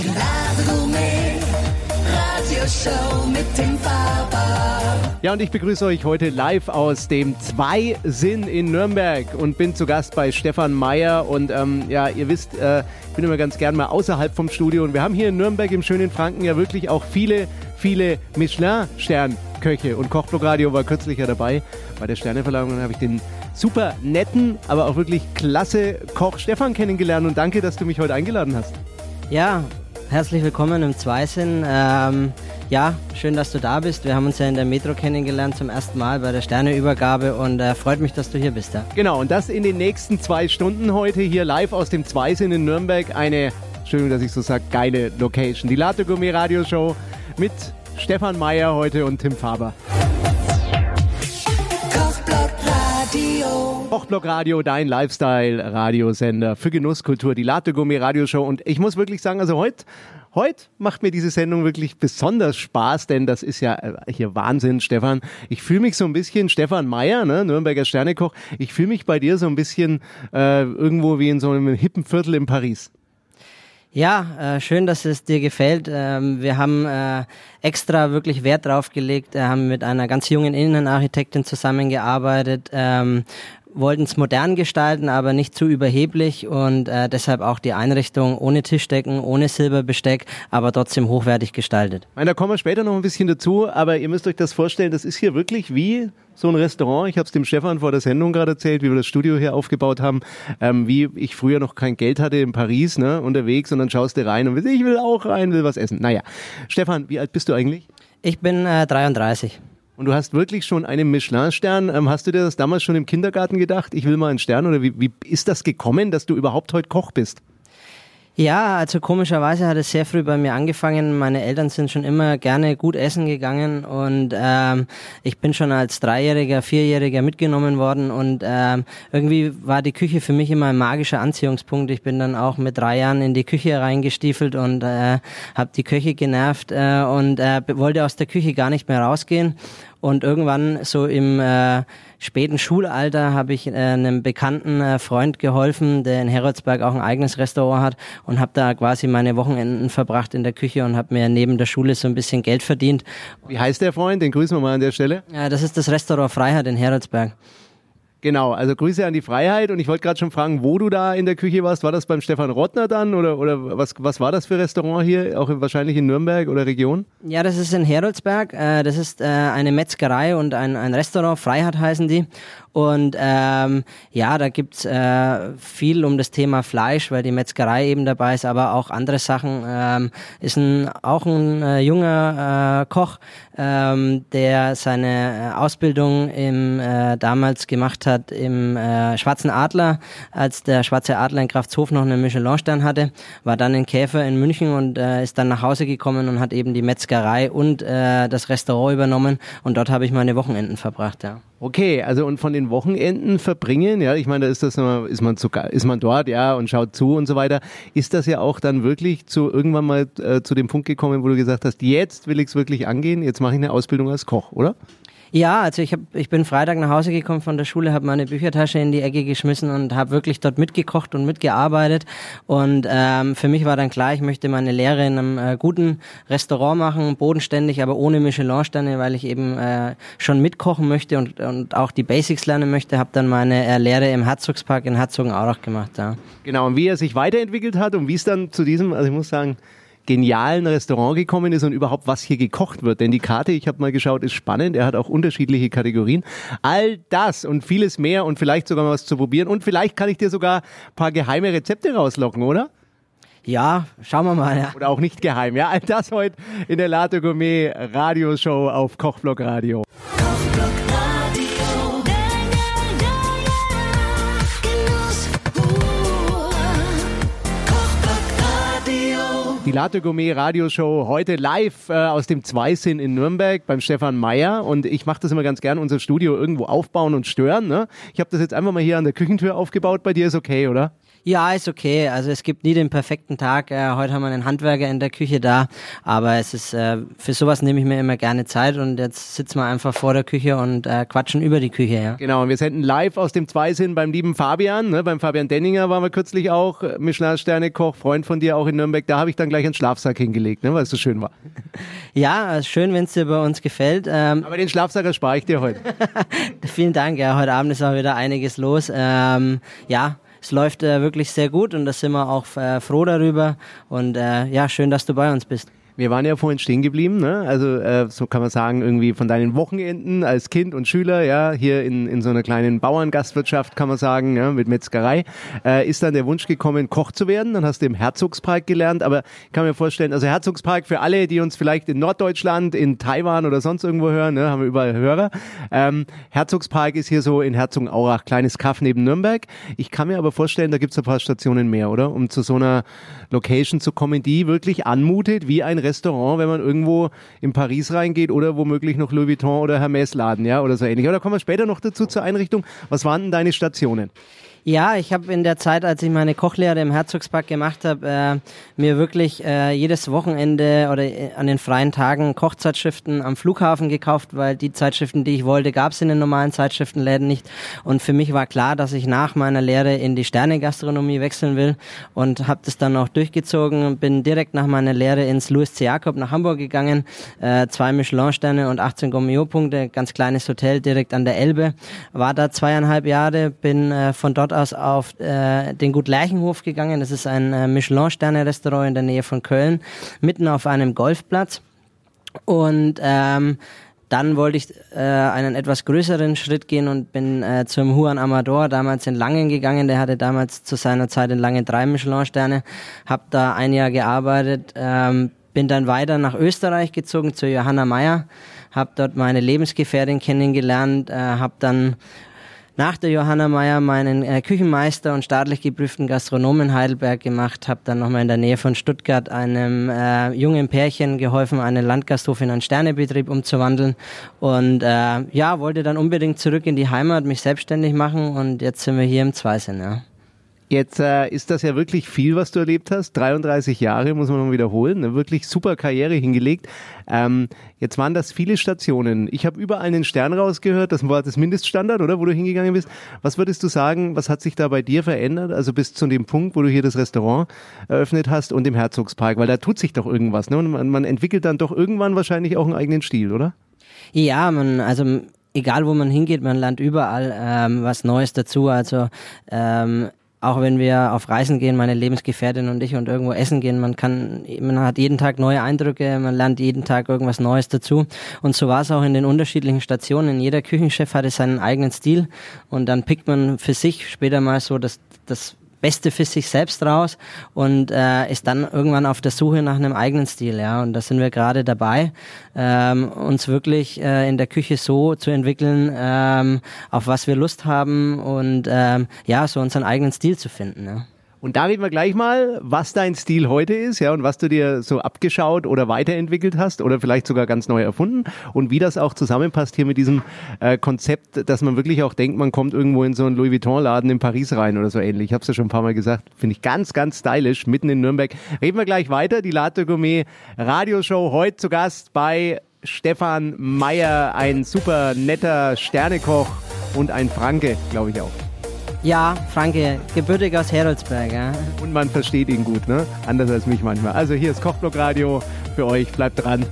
Die Latte Gourmet Radioshow mit Tim Faber. Ja, und ich begrüße euch heute live aus dem Zweisinn in Nürnberg und bin zu Gast bei Stefan Meyer. Und ja, ihr wisst, ich bin immer ganz gern mal außerhalb vom Studio. Und wir haben hier in Nürnberg im schönen Franken ja wirklich auch viele Michelin-Stern-Köche. Und Kochblock-Radio war kürzlich ja dabei bei der Sterneverleihung. Und dann habe ich den super netten, aber auch wirklich klasse Koch Stefan kennengelernt. Und danke, dass du mich heute eingeladen hast. Ja, herzlich willkommen im Zweisinn. Ja, schön, dass du da bist. Wir haben uns ja in der Metro kennengelernt zum ersten Mal bei der Sterneübergabe und freut mich, dass du hier bist. Ja. Genau, und das in den nächsten 2 Stunden heute hier live aus dem Zweisinn in Nürnberg. Eine, Entschuldigung, dass ich so sage, geile Location. Die Latte Gourmet Radioshow mit Stefan Meyer heute und Tim Faber. Kochblock Radio, dein Lifestyle-Radiosender für Genusskultur, die Latte Gourmet Radioshow. Und ich muss wirklich sagen, also heute macht mir diese Sendung wirklich besonders Spaß, denn das ist ja hier Wahnsinn, Stefan. Ich fühle mich so ein bisschen, Stefan Meyer, ne, Nürnberger Sternekoch, ich fühle mich bei dir so ein bisschen irgendwo wie in so einem hippen Viertel in Paris. Ja, schön, dass es dir gefällt. Wir haben extra wirklich Wert drauf gelegt, haben mit einer ganz jungen Innenarchitektin zusammengearbeitet, wollten es modern gestalten, aber nicht zu überheblich und deshalb auch die Einrichtung ohne Tischdecken, ohne Silberbesteck, aber trotzdem hochwertig gestaltet. Ich meine, da kommen wir später noch ein bisschen dazu, aber ihr müsst euch das vorstellen, das ist hier wirklich wie so ein Restaurant. Ich habe es dem Stefan vor der Sendung gerade erzählt, wie wir das Studio hier aufgebaut haben, wie ich früher noch kein Geld hatte in Paris, ne, unterwegs, und dann schaust du rein und ich will auch rein, will was essen. Naja, Stefan, wie alt bist du eigentlich? Ich bin 33. Und du hast wirklich schon einen Michelin-Stern. Hast du dir das damals schon im Kindergarten gedacht? Ich will mal einen Stern. Oder wie ist das gekommen, dass du überhaupt heute Koch bist? Ja, also komischerweise hat es sehr früh bei mir angefangen. Meine Eltern sind schon immer gerne gut essen gegangen und ich bin schon als 3-Jähriger, 4-Jähriger mitgenommen worden und irgendwie war die Küche für mich immer ein magischer Anziehungspunkt. Ich bin dann auch mit 3 Jahren in die Küche reingestiefelt und habe die Köche genervt und wollte aus der Küche gar nicht mehr rausgehen. Und irgendwann so im späten Schulalter habe ich einem bekannten Freund geholfen, der in Heroldsberg auch ein eigenes Restaurant hat und habe da quasi meine Wochenenden verbracht in der Küche und habe mir neben der Schule so ein bisschen Geld verdient. Wie heißt der Freund? Den grüßen wir mal an der Stelle. Ja, das ist das Restaurant Freiheit in Heroldsberg. Genau, also Grüße an die Freiheit und ich wollte gerade schon fragen, wo du da in der Küche warst. War das beim Stefan Rottner dann oder was war das für Restaurant hier, auch wahrscheinlich in Nürnberg oder Region? Ja, das ist in Heroldsberg. Das ist eine Metzgerei und ein Restaurant, Freiheit heißen die. Und ja, da gibt's viel um das Thema Fleisch, weil die Metzgerei eben dabei ist, aber auch andere Sachen. Ist auch ein junger Koch, der seine Ausbildung damals gemacht hat im Schwarzen Adler, als der Schwarze Adler in Kraftshof noch einen Michelin-Stern hatte, war dann in Käfer in München und ist dann nach Hause gekommen und hat eben die Metzgerei und das Restaurant übernommen und dort habe ich meine Wochenenden verbracht, ja. Okay, also und von den Wochenenden verbringen, ja, ich meine, ist man dort, ja, und schaut zu und so weiter. Ist das ja auch dann wirklich irgendwann mal zu dem Punkt gekommen, wo du gesagt hast, jetzt will ich es wirklich angehen, jetzt mache ich eine Ausbildung als Koch, oder? Ja, also ich bin Freitag nach Hause gekommen von der Schule, habe meine Büchertasche in die Ecke geschmissen und habe wirklich dort mitgekocht und mitgearbeitet. Und für mich war dann klar, ich möchte meine Lehre in einem guten Restaurant machen, bodenständig, aber ohne Michelin-Sterne, weil ich eben schon mitkochen möchte und auch die Basics lernen möchte. Habe dann meine Lehre im Herzogspark in Herzogenaurach gemacht. Ja. Genau, und wie er sich weiterentwickelt hat und wie es dann zu diesem, also ich muss sagen, genialen Restaurant gekommen ist und überhaupt was hier gekocht wird. Denn die Karte, ich habe mal geschaut, ist spannend. Er hat auch unterschiedliche Kategorien. All das und vieles mehr und vielleicht sogar mal was zu probieren. Und vielleicht kann ich dir sogar ein paar geheime Rezepte rauslocken, oder? Ja, schauen wir mal. Ja. Oder auch nicht geheim. Ja, all das heute in der Latte Gourmet Radioshow auf Kochblock Radio. Die Latte Gourmet Radioshow heute live aus dem Zweisinn in Nürnberg beim Stefan Meyer und ich mache das immer ganz gern, unser Studio irgendwo aufbauen und stören. Ne? Ich habe das jetzt einfach mal hier an der Küchentür aufgebaut, bei dir ist okay, oder? Ja, ist okay. Also es gibt nie den perfekten Tag. Heute haben wir einen Handwerker in der Küche da, aber es ist für sowas nehme ich mir immer gerne Zeit und jetzt sitzen wir einfach vor der Küche und quatschen über die Küche. Ja. Genau, und wir senden live aus dem Zweisinn beim lieben Fabian. Ne? Beim Fabian Denninger waren wir kürzlich auch, Michelin-Sterne-Koch, Freund von dir auch in Nürnberg. Da habe ich dann gleich einen Schlafsack hingelegt, ne? Weil es so schön war. Ja, schön, wenn es dir bei uns gefällt. Aber den Schlafsack erspare ich dir heute. Vielen Dank. Ja, heute Abend ist auch wieder einiges los. Ja. Es läuft wirklich sehr gut und da sind wir auch froh darüber und ja, schön, dass du bei uns bist. Wir waren ja vorhin stehen geblieben, ne? Also so kann man sagen, irgendwie von deinen Wochenenden als Kind und Schüler, ja, hier in so einer kleinen Bauerngastwirtschaft, kann man sagen, ja, mit Metzgerei, ist dann der Wunsch gekommen, Koch zu werden. Dann hast du im Herzogspark gelernt, aber ich kann mir vorstellen, also Herzogspark für alle, die uns vielleicht in Norddeutschland, in Taiwan oder sonst irgendwo hören, ne, haben wir überall Hörer. Herzogspark ist hier so in Herzogenaurach, kleines Kaff neben Nürnberg. Ich kann mir aber vorstellen, da gibt's ein paar Stationen mehr, oder? Um zu so einer Location zu kommen, die wirklich anmutet wie ein Restaurant, wenn man irgendwo in Paris reingeht oder womöglich noch Louis Vuitton oder Hermès Laden, ja, oder so ähnlich. Aber da kommen wir später noch dazu zur Einrichtung. Was waren denn deine Stationen? Ja, ich habe in der Zeit, als ich meine Kochlehre im Herzogspark gemacht habe, mir wirklich jedes Wochenende oder an den freien Tagen Kochzeitschriften am Flughafen gekauft, weil die Zeitschriften, die ich wollte, gab es in den normalen Zeitschriftenläden nicht. Und für mich war klar, dass ich nach meiner Lehre in die Sternegastronomie wechseln will und habe das dann auch durchgezogen und bin direkt nach meiner Lehre ins Louis C. Jacob nach Hamburg gegangen. 2 Michelin-Sterne und 18 Gourmillot-Punkte, ganz kleines Hotel direkt an der Elbe. War da 2,5 Jahre, bin von dort aus auf den Gut Lerchenhof gegangen. Das ist ein Michelin-Sterne-Restaurant in der Nähe von Köln, mitten auf einem Golfplatz. Und dann wollte ich einen etwas größeren Schritt gehen und bin zum Juan Amador, damals in Langen gegangen. Der hatte damals zu seiner Zeit in Langen 3 Michelin-Sterne. Hab da ein Jahr gearbeitet, bin dann weiter nach Österreich gezogen zu Johanna Meyer. Hab dort meine Lebensgefährtin kennengelernt, hab dann nach der Johanna Meyer meinen Küchenmeister und staatlich geprüften Gastronomen in Heidelberg gemacht, habe dann nochmal in der Nähe von Stuttgart einem jungen Pärchen geholfen, einen Landgasthof in einen Sternebetrieb umzuwandeln und ja, wollte dann unbedingt zurück in die Heimat, mich selbstständig machen und jetzt sind wir hier im Zweisinn, ja. Jetzt ist das ja wirklich viel, was du erlebt hast. 33 Jahre, muss man noch wiederholen. Eine wirklich super Karriere hingelegt. Jetzt waren das viele Stationen. Ich habe überall einen Stern rausgehört. Das war das Mindeststandard, oder? Wo du hingegangen bist. Was würdest du sagen, was hat sich da bei dir verändert? Also bis zu dem Punkt, wo du hier das Restaurant eröffnet hast und im Herzogspark. Weil da tut sich doch irgendwas, ne? Und man entwickelt dann doch irgendwann wahrscheinlich auch einen eigenen Stil, oder? Ja, also egal wo man hingeht, man lernt überall was Neues dazu. Also auch wenn wir auf Reisen gehen, meine Lebensgefährtin und ich, und irgendwo essen gehen, man hat jeden Tag neue Eindrücke, man lernt jeden Tag irgendwas Neues dazu. Und so war es auch in den unterschiedlichen Stationen. Jeder Küchenchef hatte seinen eigenen Stil und dann pickt man für sich später mal so das Beste für sich selbst raus und ist dann irgendwann auf der Suche nach einem eigenen Stil, ja. Und da sind wir gerade dabei, uns wirklich in der Küche so zu entwickeln, auf was wir Lust haben und ja, so unseren eigenen Stil zu finden, ja. Und da reden wir gleich mal, was dein Stil heute ist, ja, und was du dir so abgeschaut oder weiterentwickelt hast oder vielleicht sogar ganz neu erfunden und wie das auch zusammenpasst hier mit diesem Konzept, dass man wirklich auch denkt, man kommt irgendwo in so einen Louis Vuitton-Laden in Paris rein oder so ähnlich. Ich habe es ja schon ein paar Mal gesagt, finde ich ganz, ganz stylisch, mitten in Nürnberg. Reden wir gleich weiter, die Latte Gourmet Radioshow, heute zu Gast bei Stefan Meyer, ein super netter Sternekoch und ein Franke, glaube ich auch. Ja, Franke, gebürtig aus Heroldsberg, ja. Und man versteht ihn gut, ne? Anders als mich manchmal. Also hier ist Kochblock Radio für euch. Bleibt dran.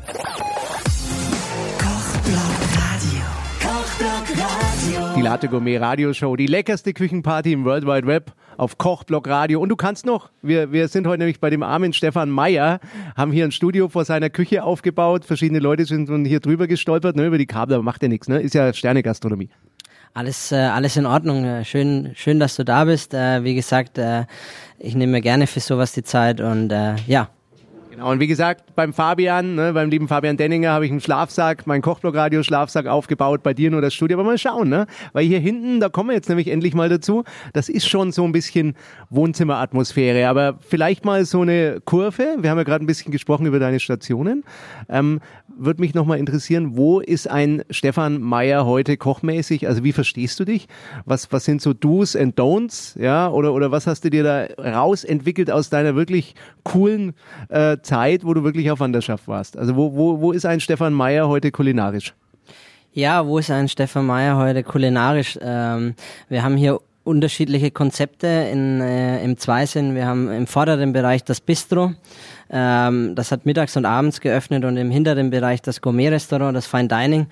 Kochblock Radio. Die Latte Gourmet Radioshow, die leckerste Küchenparty im World Wide Web auf Kochblock Radio. Und du kannst noch, wir sind heute nämlich bei dem armen Stefan Meyer, haben hier ein Studio vor seiner Küche aufgebaut. Verschiedene Leute sind hier drüber gestolpert, ne? Über die Kabel, aber macht ja nichts, ne? Ist ja Sternegastronomie. Alles in Ordnung. Schön, dass du da bist. Wie gesagt, ich nehme mir gerne für sowas die Zeit und ja. Genau, und wie gesagt, beim Fabian, ne, beim lieben Fabian Denninger habe ich einen Schlafsack, meinen Kochblock-Radio-Schlafsack aufgebaut, bei dir nur das Studio. Aber mal schauen, ne? Weil hier hinten, da kommen wir jetzt nämlich endlich mal dazu, das ist schon so ein bisschen Wohnzimmeratmosphäre. Aber vielleicht mal so eine Kurve, wir haben ja gerade ein bisschen gesprochen über deine Stationen. würde mich nochmal interessieren, wo ist ein Stefan Meyer heute kochmäßig? Also wie verstehst du dich? Was sind so Do's and Don'ts? Ja, oder was hast du dir da rausentwickelt aus deiner wirklich coolen Zeit, wo du wirklich auf Wanderschaft warst? Also wo ist ein Stefan Meyer heute kulinarisch? Ja, wo ist ein Stefan Meyer heute kulinarisch? Wir haben hier unterschiedliche Konzepte im Zweisinn. Wir haben im vorderen Bereich das Bistro. Das hat mittags und abends geöffnet und im hinteren Bereich das Gourmet-Restaurant, das Fine Dining.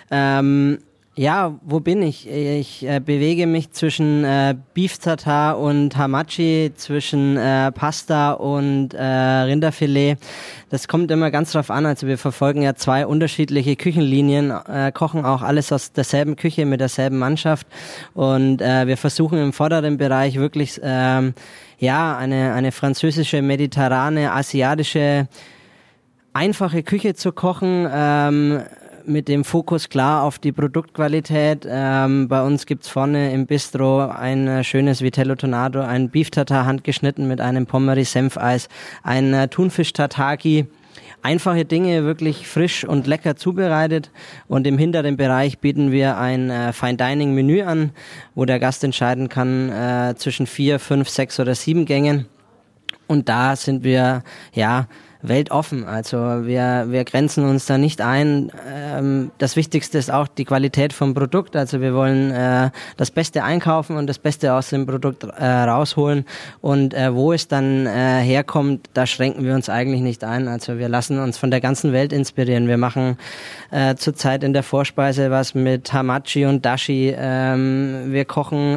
Ja, wo bin ich? Ich bewege mich zwischen Beef Tartar und Hamachi, zwischen Pasta und Rinderfilet. Das kommt immer ganz drauf an. Also wir verfolgen ja 2 unterschiedliche Küchenlinien, kochen auch alles aus derselben Küche mit derselben Mannschaft und wir versuchen im vorderen Bereich wirklich eine französische, mediterrane, asiatische, einfache Küche zu kochen, mit dem Fokus klar auf die Produktqualität. Bei uns gibt's vorne im Bistro ein schönes Vitello Tonato, ein Beef Tartar handgeschnitten mit einem Pommery-Senfeis, ein Thunfisch-Tataki. Einfache Dinge, wirklich frisch und lecker zubereitet. Und im hinteren Bereich bieten wir ein Fine-Dining-Menü an, wo der Gast entscheiden kann zwischen 4, 5, 6 oder 7 Gängen. Und da sind wir, weltoffen. Also wir grenzen uns da nicht ein. Das Wichtigste ist auch die Qualität vom Produkt. Also wir wollen das Beste einkaufen und das Beste aus dem Produkt rausholen. Und wo es dann herkommt, da schränken wir uns eigentlich nicht ein. Also wir lassen uns von der ganzen Welt inspirieren. Wir machen zurzeit in der Vorspeise was mit Hamachi und Dashi. Wir kochen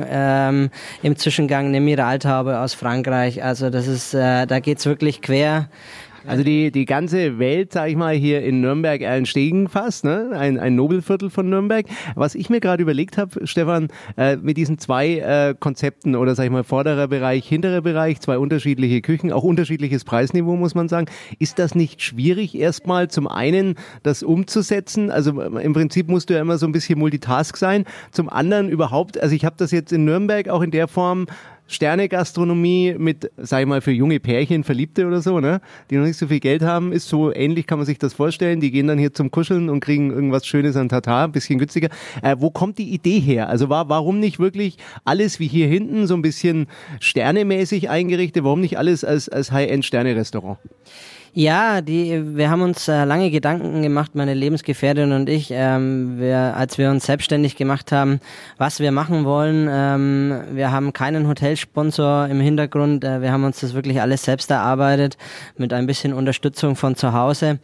im Zwischengang eine Miraltaube aus Frankreich. Also das ist, da geht's wirklich quer. Also die ganze Welt, sag ich mal, hier in Nürnberg-Erlenstegen fast, ne? Ein Nobelviertel von Nürnberg. Was ich mir gerade überlegt habe, Stefan, mit diesen 2 Konzepten oder sag ich mal vorderer Bereich, hinterer Bereich, 2 unterschiedliche Küchen, auch unterschiedliches Preisniveau, muss man sagen. Ist das nicht schwierig, erstmal zum einen das umzusetzen? Also im Prinzip musst du ja immer so ein bisschen Multitask sein. Zum anderen überhaupt, also ich habe das jetzt in Nürnberg auch in der Form, Sterne-Gastronomie mit, sag ich mal, für junge Pärchen, Verliebte oder so, ne, die noch nicht so viel Geld haben, ist so ähnlich, kann man sich das vorstellen. Die gehen dann hier zum Kuscheln und kriegen irgendwas Schönes an Tatar, ein bisschen günstiger. Wo kommt die Idee her? Also warum nicht wirklich alles wie hier hinten so ein bisschen sternemäßig eingerichtet? Warum nicht alles als High-End-Sterne-Restaurant? Ja, wir haben uns lange Gedanken gemacht, meine Lebensgefährtin und ich, als wir uns selbstständig gemacht haben, was wir machen wollen. Wir haben keinen Hotelsponsor im Hintergrund. Wir haben uns das wirklich alles selbst erarbeitet, mit ein bisschen Unterstützung von zu Hause.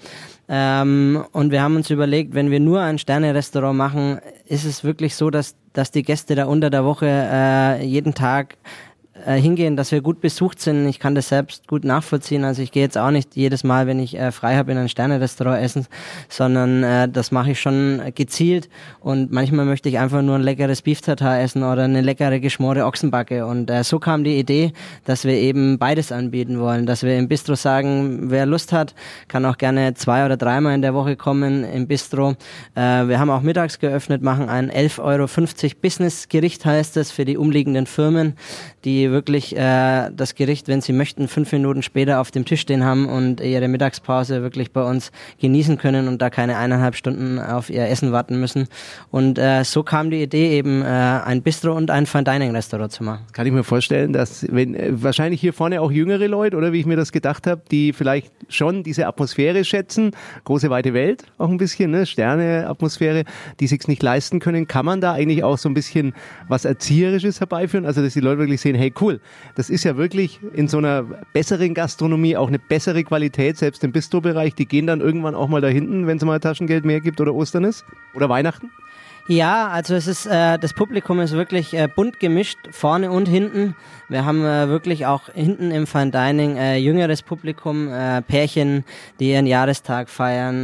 Und wir haben uns überlegt, wenn wir nur ein Sterne-Restaurant machen, ist es wirklich so, dass die Gäste da unter der Woche jeden Tag hingehen, dass wir gut besucht sind. Ich kann das selbst gut nachvollziehen. Also ich gehe jetzt auch nicht jedes Mal, wenn ich frei habe, in ein Sterne-Restaurant essen, sondern das mache ich schon gezielt. Und manchmal möchte ich einfach nur ein leckeres Beef Tartar essen oder eine leckere geschmorte Ochsenbacke. Und so kam die Idee, dass wir eben beides anbieten wollen. Dass wir im Bistro sagen, wer Lust hat, kann auch gerne 2 oder 3 Mal in der Woche kommen im Bistro. Wir haben auch mittags geöffnet, machen ein 11,50 € Business-Gericht, heißt es, für die umliegenden Firmen, die wirklich das Gericht, wenn sie möchten, 5 Minuten später auf dem Tisch stehen haben und ihre Mittagspause wirklich bei uns genießen können und da keine 1,5 Stunden auf ihr Essen warten müssen. Und so kam die Idee, eben ein Bistro und ein Fine-Dining-Restaurant zu machen. Kann ich mir vorstellen, dass wahrscheinlich hier vorne auch jüngere Leute, oder wie ich mir das gedacht habe, die vielleicht schon diese Atmosphäre schätzen, große weite Welt auch ein bisschen, ne? Sterne-Atmosphäre, die sich's nicht leisten können. Kann man da eigentlich auch so ein bisschen was Erzieherisches herbeiführen? Also dass die Leute wirklich sehen, hey cool, das ist ja wirklich in so einer besseren Gastronomie auch eine bessere Qualität, selbst im Bistro-Bereich. Die gehen dann irgendwann auch mal da hinten, wenn es mal Taschengeld mehr gibt oder Ostern ist oder Weihnachten? Ja, also es ist das Publikum ist wirklich bunt gemischt, vorne und hinten. Wir haben wirklich auch hinten im Fine Dining jüngeres Publikum, Pärchen, die ihren Jahrestag feiern.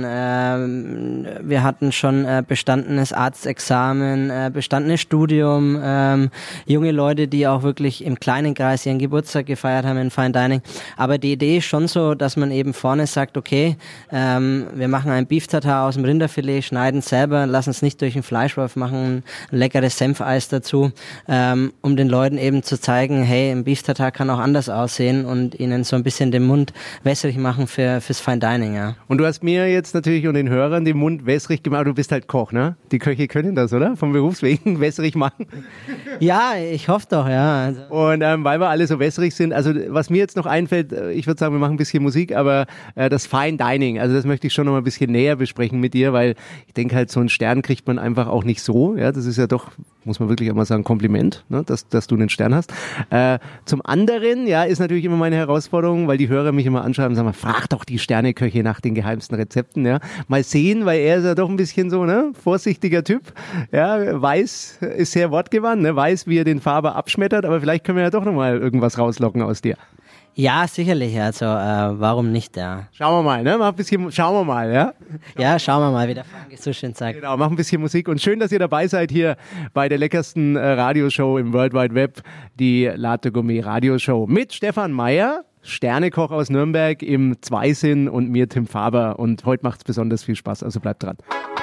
Wir hatten schon bestandenes Arztexamen, bestandenes Studium, junge Leute, die auch wirklich im kleinen Kreis ihren Geburtstag gefeiert haben in Fine Dining. Aber die Idee ist schon so, dass man eben vorne sagt, okay, wir machen ein Beef Tartar aus dem Rinderfilet, schneiden selber, lassen es nicht durch den Fleischwolf Fleischwolf machen ein leckeres Senfeis dazu, um den Leuten eben zu zeigen, hey, ein Beef Tartar kann auch anders aussehen und ihnen so ein bisschen den Mund wässrig machen fürs Fine Dining, ja. Und du hast mir jetzt natürlich und den Hörern den Mund wässrig gemacht. Du bist halt Koch, ne? Die Köche können das, oder? Vom Berufswegen wässrig machen. Ja, ich hoffe doch, ja. Also. Und weil wir alle so wässrig sind, also was mir jetzt noch einfällt, ich würde sagen, wir machen ein bisschen Musik, aber das Fine Dining, also das möchte ich schon noch mal ein bisschen näher besprechen mit dir, weil ich denke halt, so einen Stern kriegt man einfach auch nicht so. Ja, das ist ja doch, muss man wirklich einmal sagen, Kompliment, ne? dass du einen Stern hast. Zum anderen, ja, ist natürlich immer meine Herausforderung, weil die Hörer mich immer anschreiben und sagen, frag doch die Sterneköche nach den geheimsten Rezepten, ja. Mal sehen, weil er ist ja doch ein bisschen so, ne, vorsichtiger Typ, ja, weiß, ist sehr wortgewandt, ne, weiß, wie er den Faber abschmettert, aber vielleicht können wir ja doch nochmal irgendwas rauslocken aus dir. Ja, sicherlich, also warum nicht, ja. Schauen wir mal, ne, schauen wir mal, ja. Ja, schauen wir mal, wie der Frank so schön sagt. Genau, mach ein bisschen Musik und schön, dass ihr dabei seid hier bei der leckersten Radioshow im World Wide Web, die Latte Gourmet Radioshow mit Stefan Meyer, Sternekoch aus Nürnberg im Zweisinn und mir Tim Faber und heute macht's besonders viel Spaß, also bleibt dran.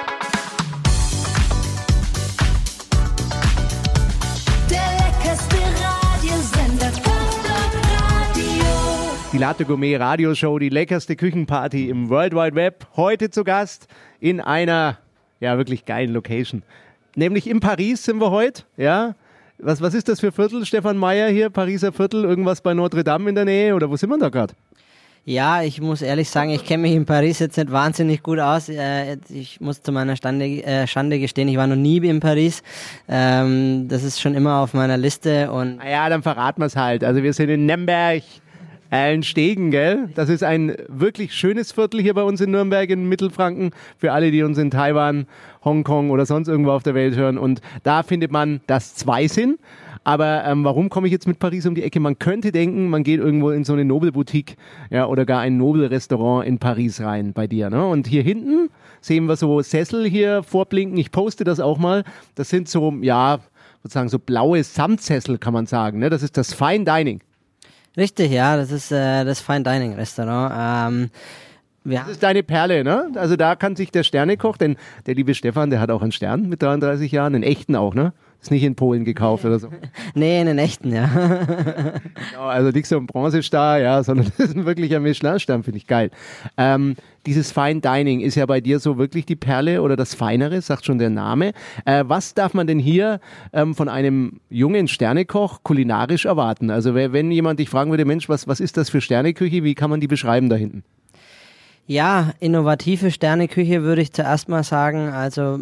Der leckerste Radiosender, Top-Radio. Die Latte Gourmet Radioshow, die leckerste Küchenparty im World Wide Web, heute zu Gast in einer, ja, wirklich geilen Location. Nämlich in Paris sind wir heute, ja. Was ist das für Viertel, Stefan Meyer hier, Pariser Viertel, irgendwas bei Notre Dame in der Nähe oder wo sind wir da gerade? Ja, ich muss ehrlich sagen, ich kenne mich in Paris jetzt nicht wahnsinnig gut aus. Ich muss zu meiner Schande gestehen, ich war noch nie in Paris. Das ist schon immer auf meiner Liste. Und Naja, dann verraten wir es halt. Also wir sind in Nürnberg, Stegen, gell? Das ist ein wirklich schönes Viertel hier bei uns in Nürnberg in Mittelfranken. Für alle, die uns in Taiwan, Hongkong oder sonst irgendwo auf der Welt hören. Und da findet man das Zweisinn. Aber warum komme ich jetzt mit Paris um die Ecke? Man könnte denken, man geht irgendwo in so eine Nobelboutique, ja, oder gar ein Nobelrestaurant in Paris rein bei dir. Ne? Und hier hinten sehen wir so Sessel hier vorblinken. Ich poste das auch mal. Das sind so, ja, sozusagen so blaue Samtsessel, kann man sagen. Ne? Das ist das Fine Dining. richtig, ja, das ist das Fine Dining Restaurant. Das ist deine Perle, ne? Also da kann sich der Sternekoch, denn der liebe Stefan, der hat auch einen Stern mit 33 Jahren, einen echten auch, ne? Ist nicht in Polen gekauft oder so. Nee, einen echten, ja. Genau, also nicht so ein Bronzestar, ja, sondern das ist ein wirklicher Michelin-Stern, finde ich geil. Dieses Fine Dining ist ja bei dir so wirklich die Perle oder das Feinere, sagt schon der Name. Was darf man denn hier von einem jungen Sternekoch kulinarisch erwarten? Also wenn jemand dich fragen würde, Mensch, was ist das für Sterneküche, wie kann man die beschreiben da hinten? Ja, innovative Sterneküche würde ich zuerst mal sagen. Also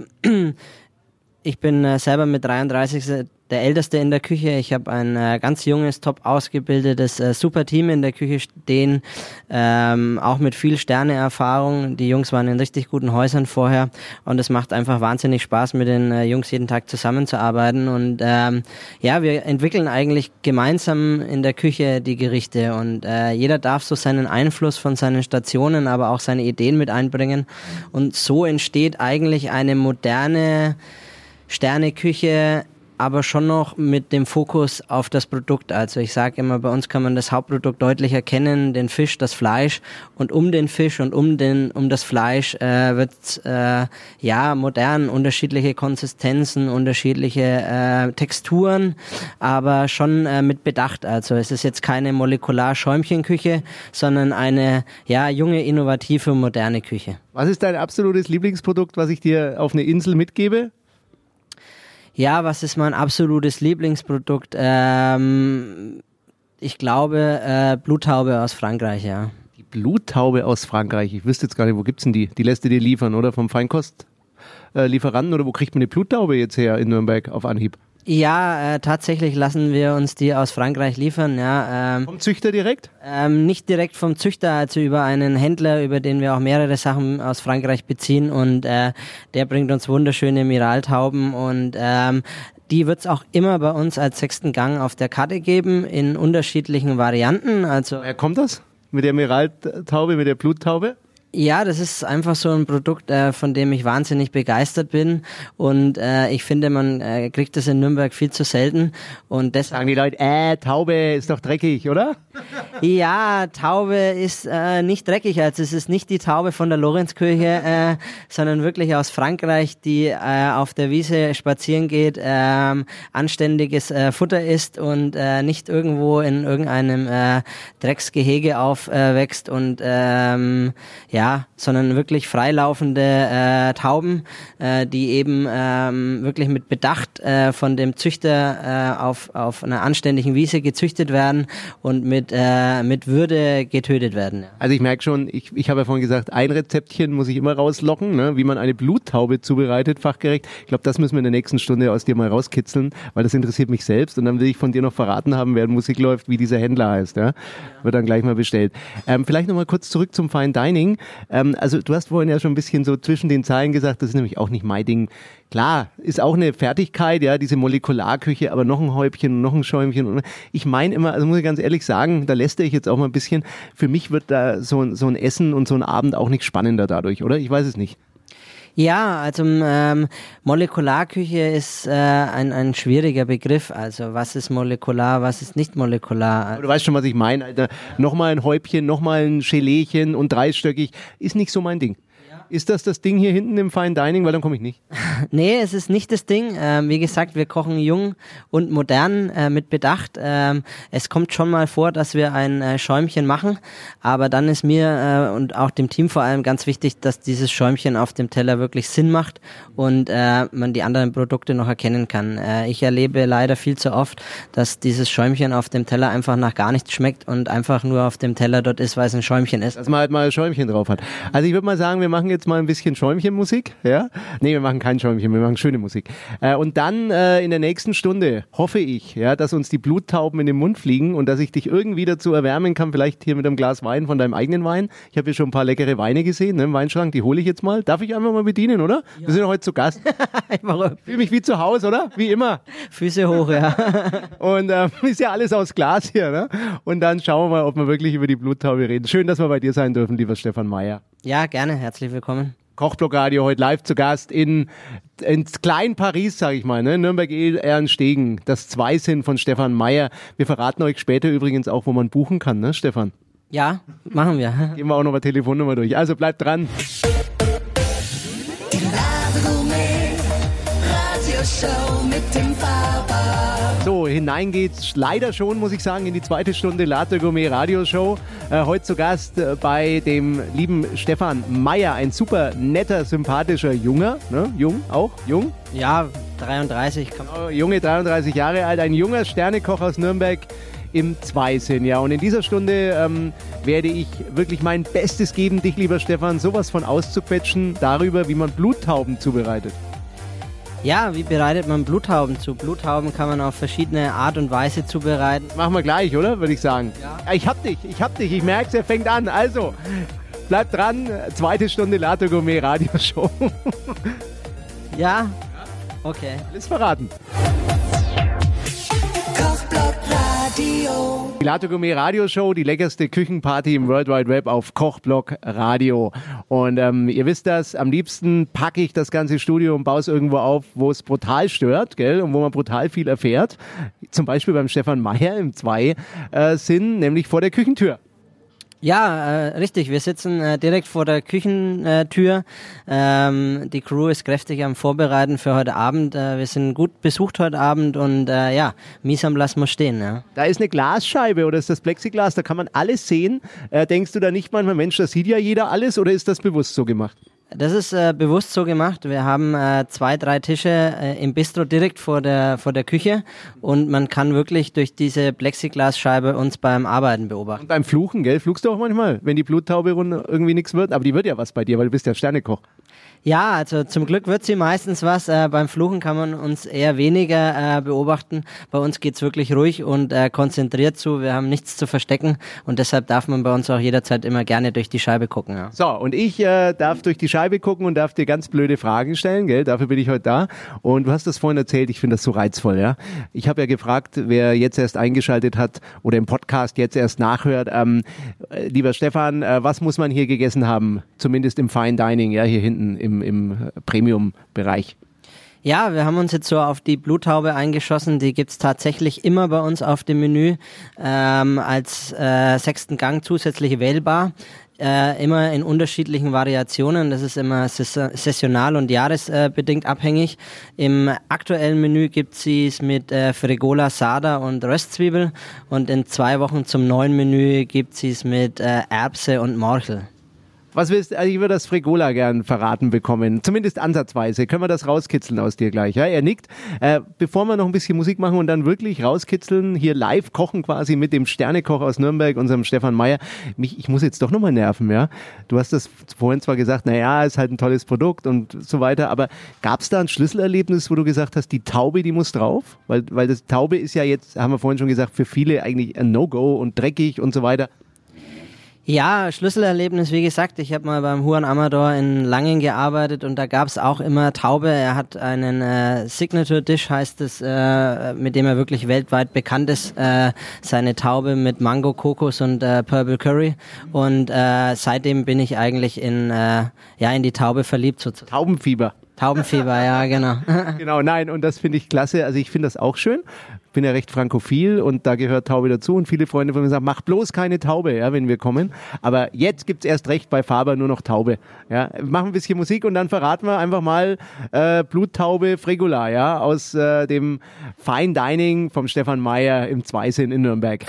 ich bin selber mit 33 der Älteste in der Küche. Ich habe ein ganz junges, top ausgebildetes Super-Team in der Küche stehen, auch mit viel Sterneerfahrung. Die Jungs waren in richtig guten Häusern vorher und es macht einfach wahnsinnig Spaß, mit den Jungs jeden Tag zusammenzuarbeiten. Und ja, wir entwickeln eigentlich gemeinsam in der Küche die Gerichte und jeder darf so seinen Einfluss von seinen Stationen, aber auch seine Ideen mit einbringen. Und so entsteht eigentlich eine moderne Sterneküche, aber schon noch mit dem Fokus auf das Produkt. Also ich sage immer, bei uns kann man das Hauptprodukt deutlich erkennen, den Fisch, das Fleisch. Und um den Fisch und um das Fleisch wird ja modern, unterschiedliche Konsistenzen, unterschiedliche Texturen, aber schon mit Bedacht. Also es ist jetzt keine Molekular-Schäumchenküche, sondern eine ja junge, innovative, moderne Küche. Was ist dein absolutes Lieblingsprodukt, was ich dir auf eine Insel mitgebe? Ja, was ist mein absolutes Lieblingsprodukt? Ich glaube, Bluttaube aus Frankreich, ja. Die Bluttaube aus Frankreich. Ich wüsste jetzt gar nicht, wo gibt's denn die? Die lässt du dir liefern, oder? Vom Feinkostlieferanten? Oder wo kriegt man eine Bluttaube jetzt her in Nürnberg auf Anhieb? Ja, tatsächlich lassen wir uns die aus Frankreich liefern, ja. Vom Züchter direkt? Nicht direkt vom Züchter, also über einen Händler, über den wir auch mehrere Sachen aus Frankreich beziehen und der bringt uns wunderschöne Miraltauben und die wird's auch immer bei uns als 6. Gang auf der Karte geben, in unterschiedlichen Varianten. Also Woher kommt das? Mit der Miraltaube, mit der Bluttaube? Ja, das ist einfach so ein Produkt, von dem ich wahnsinnig begeistert bin und ich finde, man kriegt das in Nürnberg viel zu selten und deshalb... Sagen die Leute, Taube ist doch dreckig, oder? Ja, Taube ist nicht dreckig, also es ist nicht die Taube von der Lorenzkirche, sondern wirklich aus Frankreich, die auf der Wiese spazieren geht, anständiges Futter isst und nicht irgendwo in irgendeinem Drecksgehege aufwächst und sondern wirklich freilaufende Tauben, die eben wirklich mit Bedacht von dem Züchter auf einer anständigen Wiese gezüchtet werden und mit Würde getötet werden. Ja. Also ich merke schon, ich habe ja vorhin gesagt, ein Rezeptchen muss ich immer rauslocken, ne? Wie man eine Bluttaube zubereitet, fachgerecht. Ich glaube, das müssen wir in der nächsten Stunde aus dir mal rauskitzeln, weil das interessiert mich selbst und dann will ich von dir noch verraten haben, während Musik läuft, wie dieser Händler heißt. Ja? Wird dann gleich mal bestellt. Vielleicht nochmal kurz zurück zum Fine Dining. Also du hast vorhin ja schon ein bisschen so zwischen den Zeilen gesagt, das ist nämlich auch nicht mein Ding. Klar, ist auch eine Fertigkeit, ja, diese Molekularküche, aber noch ein Häubchen und noch ein Schäumchen. Und ich meine immer, also muss ich ganz ehrlich sagen, da lästere ich jetzt auch mal ein bisschen, für mich wird da so ein Essen und so ein Abend auch nicht spannender dadurch, oder? Ich weiß es nicht. Ja, also Molekularküche ist ein schwieriger Begriff. Also was ist molekular, was ist nicht molekular? Aber du weißt schon, was ich meine, Alter. Nochmal ein Häubchen, nochmal ein Geleechen und dreistöckig, ist nicht so mein Ding. Ist das Ding hier hinten im Fine Dining? Weil dann komme ich nicht. Nee, es ist nicht das Ding. Wie gesagt, wir kochen jung und modern mit Bedacht. Es kommt schon mal vor, dass wir ein Schäumchen machen, aber dann ist mir und auch dem Team vor allem ganz wichtig, dass dieses Schäumchen auf dem Teller wirklich Sinn macht und man die anderen Produkte noch erkennen kann. Ich erlebe leider viel zu oft, dass dieses Schäumchen auf dem Teller einfach nach gar nichts schmeckt und einfach nur auf dem Teller dort ist, weil es ein Schäumchen ist. Dass man halt mal ein Schäumchen drauf hat. Also ich würde mal sagen, wir machen jetzt mal ein bisschen Schäumchenmusik, ja? Nee, wir machen kein Schäumchen, wir machen schöne Musik. Und dann in der nächsten Stunde hoffe ich, ja, dass uns die Bluttauben in den Mund fliegen und dass ich dich irgendwie dazu erwärmen kann, vielleicht hier mit einem Glas Wein von deinem eigenen Wein. Ich habe hier schon ein paar leckere Weine gesehen, ne, im Weinschrank, die hole ich jetzt mal. Darf ich einfach mal bedienen, oder? Ja. Wir sind ja heute zu Gast. Ich fühle mich wie zu Hause, oder? Wie immer. Füße hoch, ja. Und ist ja alles aus Glas hier, ne? Und dann schauen wir mal, ob wir wirklich über die Bluttaube reden. Schön, dass wir bei dir sein dürfen, lieber Stefan Meyer. Ja, gerne. Herzlich willkommen. Kochblock Radio heute live zu Gast ins kleinen Paris, sage ich mal, ne? Nürnberg-Ehrenstegen, das Zweisinn von Stefan Meyer. Wir verraten euch später übrigens auch, wo man buchen kann, ne, Stefan? Ja, machen wir. Gehen wir auch noch mal Telefonnummer durch. Also bleibt dran. Die Ladegourmet Radioshow mit dem Faber. So, hinein geht's leider schon, muss ich sagen, in die zweite Stunde Ladegourmet Radioshow. Heute zu Gast bei dem lieben Stefan Meyer, ein super netter, sympathischer Junger, ne? Jung auch, jung? Ja, 33. Junge, 33 Jahre alt, ein junger Sternekoch aus Nürnberg im Zweisinn, ja. Und in dieser Stunde werde ich wirklich mein Bestes geben, dich, lieber Stefan, sowas von auszuquetschen darüber, wie man Bluttauben zubereitet. Ja, wie bereitet man Bluttauben zu? Bluttauben kann man auf verschiedene Art und Weise zubereiten. Machen wir gleich, oder? Würde ich sagen. Ja. Ich hab dich. Ich merk's, er fängt an. Also, bleibt dran. Zweite Stunde Ladegourmet Radioshow. Ja? Okay. Alles verraten. Kochblock Radio. Die Ladegourmet Radioshow, die leckerste Küchenparty im World Wide Web auf Kochblock Radio. Und ihr wisst das, am liebsten packe ich das ganze Studio und baue es irgendwo auf, wo es brutal stört, gell, und wo man brutal viel erfährt. Zum Beispiel beim Stefan Meyer im Zweisinn, nämlich vor der Küchentür. Ja, richtig. Wir sitzen direkt vor der Küchentür. Die Crew ist kräftig am Vorbereiten für heute Abend. Wir sind gut besucht heute Abend und mise en place muss stehen. Ja. Da ist eine Glasscheibe oder ist das Plexiglas, da kann man alles sehen. Denkst du da nicht manchmal, Mensch, das sieht ja jeder alles, oder ist das bewusst so gemacht? Das ist bewusst so gemacht. Wir haben 2, 3 Tische im Bistro direkt vor der Küche und man kann wirklich durch diese Plexiglasscheibe uns beim Arbeiten beobachten. Und beim Fluchen, gell? Flugst du auch manchmal, wenn die Bluttaube irgendwie nichts wird? Aber die wird ja was bei dir, weil du bist ja Sternekoch. Ja, also zum Glück wird sie meistens was. Beim Fluchen kann man uns eher weniger beobachten. Bei uns geht's wirklich ruhig und konzentriert zu. Wir haben nichts zu verstecken und deshalb darf man bei uns auch jederzeit immer gerne durch die Scheibe gucken. Ja. So, und ich darf durch die Scheibe gucken und darf dir ganz blöde Fragen stellen, gell? Dafür bin ich heute da. Und du hast das vorhin erzählt, ich finde das so reizvoll, ja. Ich habe ja gefragt, wer jetzt erst eingeschaltet hat oder im Podcast jetzt erst nachhört, lieber Stefan, was muss man hier gegessen haben? Zumindest im Fine Dining, ja, hier hinten im Premium-Bereich. Ja, wir haben uns jetzt so auf die Bluttaube eingeschossen. Die gibt's tatsächlich immer bei uns auf dem Menü als 6. Gang zusätzlich wählbar. Immer in unterschiedlichen Variationen. Das ist immer saisonal und jahresbedingt abhängig. Im aktuellen Menü gibt's sie mit Fregola, Sada und Röstzwiebel. Und in 2 Wochen zum neuen Menü gibt's sie mit Erbse und Morchel. Was willst du? Also ich würde das Fregola gern verraten bekommen. Zumindest ansatzweise. Können wir das rauskitzeln aus dir gleich? Ja, er nickt. Bevor wir noch ein bisschen Musik machen und dann wirklich rauskitzeln, hier live kochen quasi mit dem Sternekoch aus Nürnberg, unserem Stefan Meyer. Ich muss jetzt doch nochmal nerven, ja. Du hast das vorhin zwar gesagt, naja, ist halt ein tolles Produkt und so weiter, aber gab es da ein Schlüsselerlebnis, wo du gesagt hast, die Taube, die muss drauf? Weil das Taube ist ja jetzt, haben wir vorhin schon gesagt, für viele eigentlich ein No-Go und dreckig und so weiter. Ja, Schlüsselerlebnis, wie gesagt, ich habe mal beim Juan Amador in Langen gearbeitet und da gab's auch immer Taube. Er hat einen Signature Dish, heißt es, mit dem er wirklich weltweit bekannt ist, seine Taube mit Mango, Kokos und Purple Curry und seitdem bin ich eigentlich in die Taube verliebt sozusagen. Taubenfieber, ja, genau. Genau, nein, und das finde ich klasse. Also ich finde das auch schön. Ich bin ja recht frankophil und da gehört Taube dazu und viele Freunde von mir sagen, mach bloß keine Taube, ja, wenn wir kommen. Aber jetzt gibt's erst recht bei Faber nur noch Taube. Ja, wir machen ein bisschen Musik und dann verraten wir einfach mal Bluttaube Fregola, ja, aus dem Fine Dining vom Stefan Meyer im Zweisinn in Nürnberg.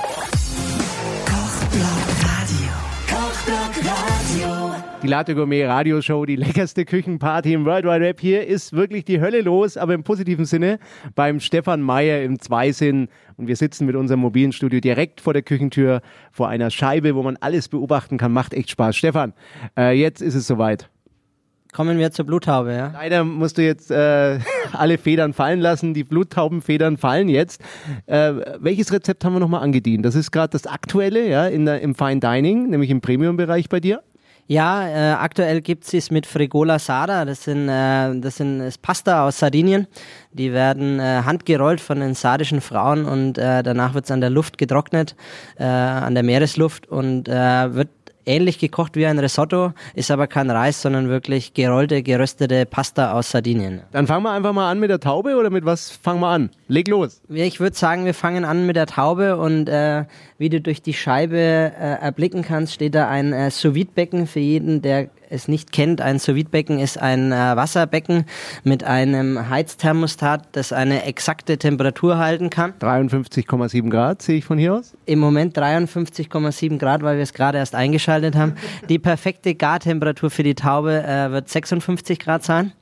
Die Latte Gourmet Radioshow, die leckerste Küchenparty im World Wide Web. Hier ist wirklich die Hölle los, aber im positiven Sinne beim Stefan Meyer im Zweisinn. Und wir sitzen mit unserem mobilen Studio direkt vor der Küchentür, vor einer Scheibe, wo man alles beobachten kann. Macht echt Spaß. Stefan, jetzt ist es soweit. Kommen wir zur Bluttaube, ja? Leider musst du jetzt alle Federn fallen lassen. Die Bluttaubenfedern fallen jetzt. Welches Rezept haben wir nochmal angedient? Das ist gerade das aktuelle, ja, im Fine Dining, nämlich im Premium-Bereich bei dir. Ja, aktuell gibt's es mit Fregola Sada. Das ist Pasta aus Sardinien. Die werden handgerollt von den sardischen Frauen und danach wird's an der Luft getrocknet, an der Meeresluft und wird ähnlich gekocht wie ein Risotto, ist aber kein Reis, sondern wirklich gerollte, geröstete Pasta aus Sardinien. Dann fangen wir einfach mal an mit der Taube oder mit was fangen wir an? Leg los. Ich würde sagen, wir fangen an mit der Taube und wie du durch die Scheibe erblicken kannst, steht da ein Sous-Vide-Becken für jeden, der es nicht kennt. Ein Sous-Vide-Becken ist ein Wasserbecken mit einem Heizthermostat, das eine exakte Temperatur halten kann. 53,7 Grad sehe ich von hier aus. Im Moment 53,7 Grad, weil wir es gerade erst eingeschaltet haben. Die perfekte Gartemperatur für die Taube wird 56 Grad sein.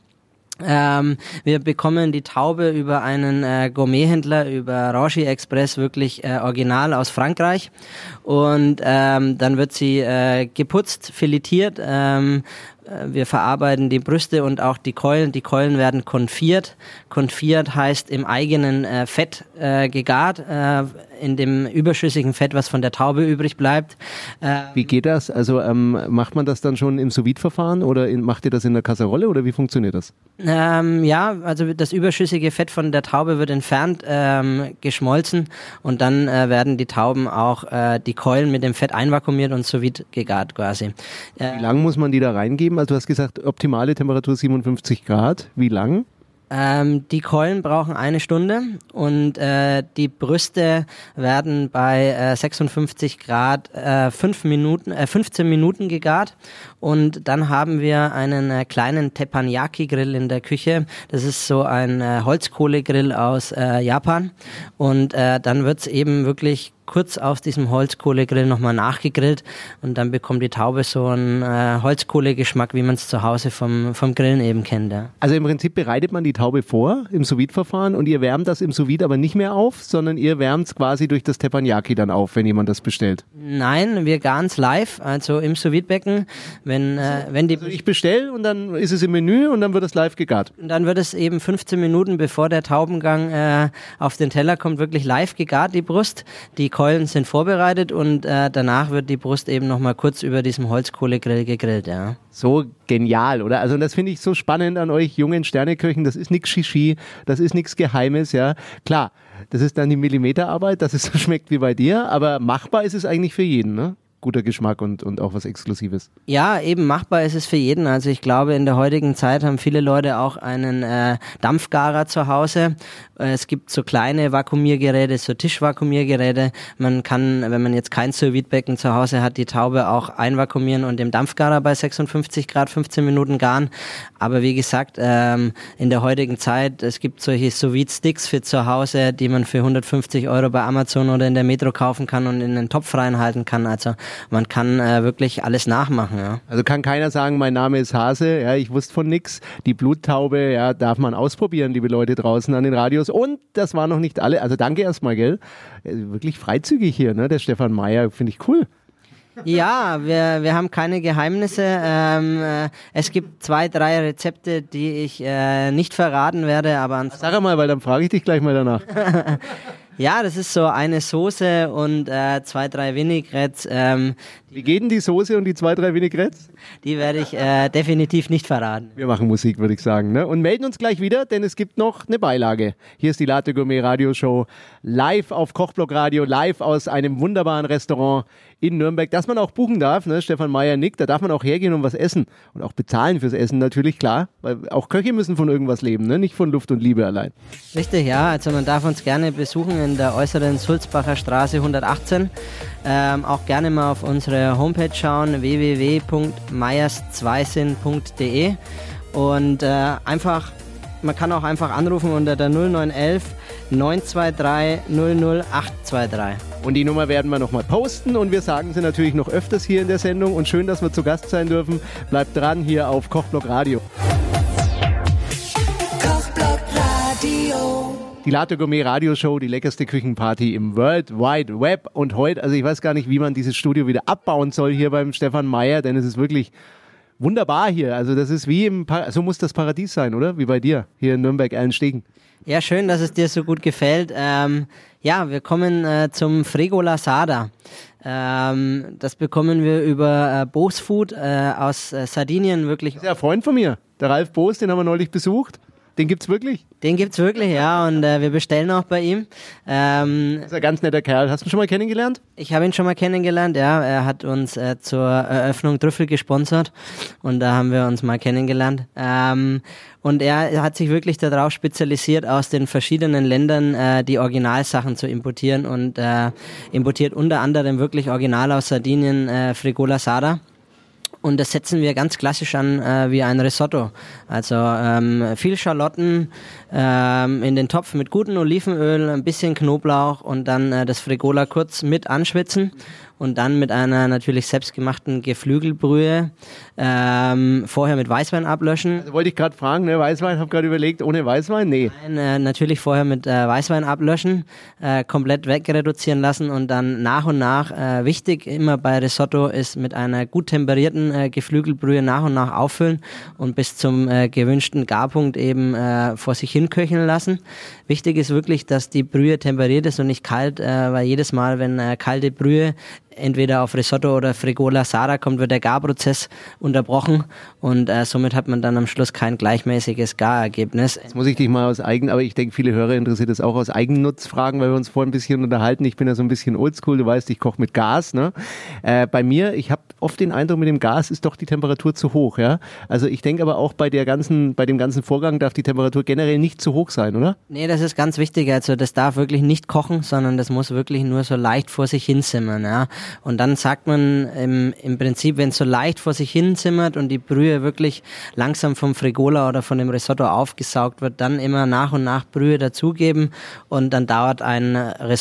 Wir bekommen die Taube über einen Gourmethändler, über Ranchi Express, wirklich original aus Frankreich. Und dann wird sie geputzt, filetiert. Wir verarbeiten die Brüste und auch die Keulen. Die Keulen werden konfiert. Konfiert heißt im eigenen Fett gegart, in dem überschüssigen Fett, was von der Taube übrig bleibt. Wie geht das? Also macht man das dann schon im Sous-Vide-Verfahren oder macht ihr das in der Kasserolle oder wie funktioniert das? Ja, also das überschüssige Fett von der Taube wird entfernt, geschmolzen und dann werden die Tauben auch die Keulen mit dem Fett einvakuumiert und Sous-Vide gegart quasi. Wie lang muss man die da reingeben? Also du hast gesagt, optimale Temperatur 57 Grad. Wie lang? Die Keulen brauchen 1 Stunde und die Brüste werden bei 56 Grad 15 Minuten gegart und dann haben wir einen kleinen Teppanyaki-Grill in der Küche. Das ist so ein Holzkohlegrill aus Japan und dann wird's eben wirklich kurz auf diesem Holzkohlegrill nochmal nachgegrillt und dann bekommt die Taube so einen Holzkohlegeschmack, wie man es zu Hause vom Grillen eben kennt. Ja. Also im Prinzip bereitet man die Taube vor im Sous-Vide-Verfahren und ihr wärmt das im Sous-Vide aber nicht mehr auf, sondern ihr wärmt es quasi durch das Teppanyaki dann auf, wenn jemand das bestellt. Nein, wir garen es live, also im Sous-Vide-Becken. Wenn die Also ich bestelle und dann ist es im Menü und dann wird es live gegart. Dann wird es eben 15 Minuten, bevor der Taubengang auf den Teller kommt, wirklich live gegart, die Brust. Die Keulen sind vorbereitet und danach wird die Brust eben nochmal kurz über diesem Holzkohlegrill gegrillt. Ja. So genial, oder? Also das finde ich so spannend an euch jungen Sterneköchen. Das ist nichts Shishi, das ist nichts Geheimes, ja. Klar, das ist dann die Millimeterarbeit, dass es so schmeckt wie bei dir, aber machbar ist es eigentlich für jeden, ne? Guter Geschmack und auch was Exklusives. Ja, eben machbar ist es für jeden. Also ich glaube, in der heutigen Zeit haben viele Leute auch einen Dampfgarer zu Hause. Es gibt so kleine Vakuumiergeräte, so Tischvakuumiergeräte. Man kann, wenn man jetzt kein Sous-Vide-Becken zu Hause hat, die Taube auch einvakuumieren und im Dampfgarer bei 56 Grad 15 Minuten garen. Aber wie gesagt, in der heutigen Zeit, es gibt solche Sous-Vide-Sticks für zu Hause, die man für 150 € bei Amazon oder in der Metro kaufen kann und in den Topf reinhalten kann. Also man kann wirklich alles nachmachen. Ja. Also kann keiner sagen, mein Name ist Hase, ja, ich wusste von nix. Die Bluttaube, ja, darf man ausprobieren, liebe Leute draußen an den Radios. Und das waren noch nicht alle. Also danke erstmal, gell? Wirklich freizügig hier, ne? Der Stefan Meyer, finde ich cool. Ja, wir haben keine Geheimnisse. Es gibt 2, 3 Rezepte, die ich nicht verraten werde. Aber Sag mal, weil dann frage ich dich gleich mal danach. Ja, das ist so eine Soße und 2, 3 Vinaigrettes. Wie geht denn die Soße und die 2, 3 Vinaigrettes? Die werde ich definitiv nicht verraten. Wir machen Musik, würde ich sagen. Ne? Und melden uns gleich wieder, denn es gibt noch eine Beilage. Hier ist die Latte Gourmet Radioshow live auf Kochblock Radio, live aus einem wunderbaren Restaurant in Nürnberg, das man auch buchen darf. Ne? Stefan Meyer nickt, da darf man auch hergehen und was essen. Und auch bezahlen fürs Essen natürlich, klar. Weil auch Köche müssen von irgendwas leben, ne? Nicht von Luft und Liebe allein. Richtig, ja. Also man darf uns gerne besuchen in der äußeren Sulzbacher Straße 118. Auch gerne mal auf unsere Homepage schauen, www.meierszweisinn.de und man kann auch einfach anrufen unter der 0911 923 00823. Und die Nummer werden wir nochmal posten und wir sagen sie natürlich noch öfters hier in der Sendung und schön, dass wir zu Gast sein dürfen. Bleibt dran hier auf Kochblock Radio. Kochblock Radio. Die Latte Gourmet Radioshow, die leckerste Küchenparty im World Wide Web. Und heute, also ich weiß gar nicht, wie man dieses Studio wieder abbauen soll hier beim Stefan Meyer, denn es ist wirklich wunderbar hier. Also das ist wie so muss das Paradies sein, oder? Wie bei dir, hier in Nürnberg-Allenstegen. Ja, schön, dass es dir so gut gefällt. Ja, wir kommen zum Fregola Sada. Das bekommen wir über Boos Food aus Sardinien wirklich. Das ist ja ein Freund von mir, der Ralf Boos, den haben wir neulich besucht. Den gibt's wirklich? Den gibt's wirklich, ja, und wir bestellen auch bei ihm. Das ist ein ganz netter Kerl. Hast du ihn schon mal kennengelernt? Ich habe ihn schon mal kennengelernt, ja. Er hat uns zur Eröffnung Trüffel gesponsert und da haben wir uns mal kennengelernt. Und er hat sich wirklich darauf spezialisiert, aus den verschiedenen Ländern die Originalsachen zu importieren und importiert unter anderem wirklich original aus Sardinien Fregola Sada. Und das setzen wir ganz klassisch an wie ein Risotto. Also viel Schalotten in den Topf mit gutem Olivenöl, ein bisschen Knoblauch und dann das Fregola kurz mit anschwitzen und dann mit einer natürlich selbstgemachten Geflügelbrühe vorher mit Weißwein ablöschen. Also wollte ich gerade fragen, ne? Weißwein, habe gerade überlegt, ohne Weißwein? Nee. Nein, natürlich vorher mit Weißwein ablöschen, komplett wegreduzieren lassen und dann nach und nach, wichtig immer bei Risotto ist mit einer gut temperierten Geflügelbrühe nach und nach auffüllen und bis zum gewünschten Garpunkt eben vor sich hin köcheln lassen. Wichtig ist wirklich, dass die Brühe temperiert ist und nicht kalt, weil jedes Mal, wenn kalte Brühe entweder auf Risotto oder Fregola Sada kommt, wird der Garprozess unterbrochen und somit hat man dann am Schluss kein gleichmäßiges Garergebnis. Jetzt muss ich dich mal aber ich denke, viele Hörer interessiert das auch aus Eigennutz fragen, weil wir uns vorhin ein bisschen unterhalten. Ich bin ja so ein bisschen oldschool, du weißt, ich koche mit Gas, ne? Bei mir, ich habe oft den Eindruck, mit dem Gas ist doch die Temperatur zu hoch, ja? Also ich denke aber auch bei dem ganzen Vorgang darf die Temperatur generell nicht zu hoch sein, oder? Nee, das ist ganz wichtig, also das darf wirklich nicht kochen, sondern das muss wirklich nur so leicht vor sich hin simmern, ja? Und dann sagt man im Prinzip, wenn es so leicht vor sich hin zimmert und die Brühe wirklich langsam vom Fregola oder von dem Risotto aufgesaugt wird, dann immer nach und nach Brühe dazugeben und dann dauert ein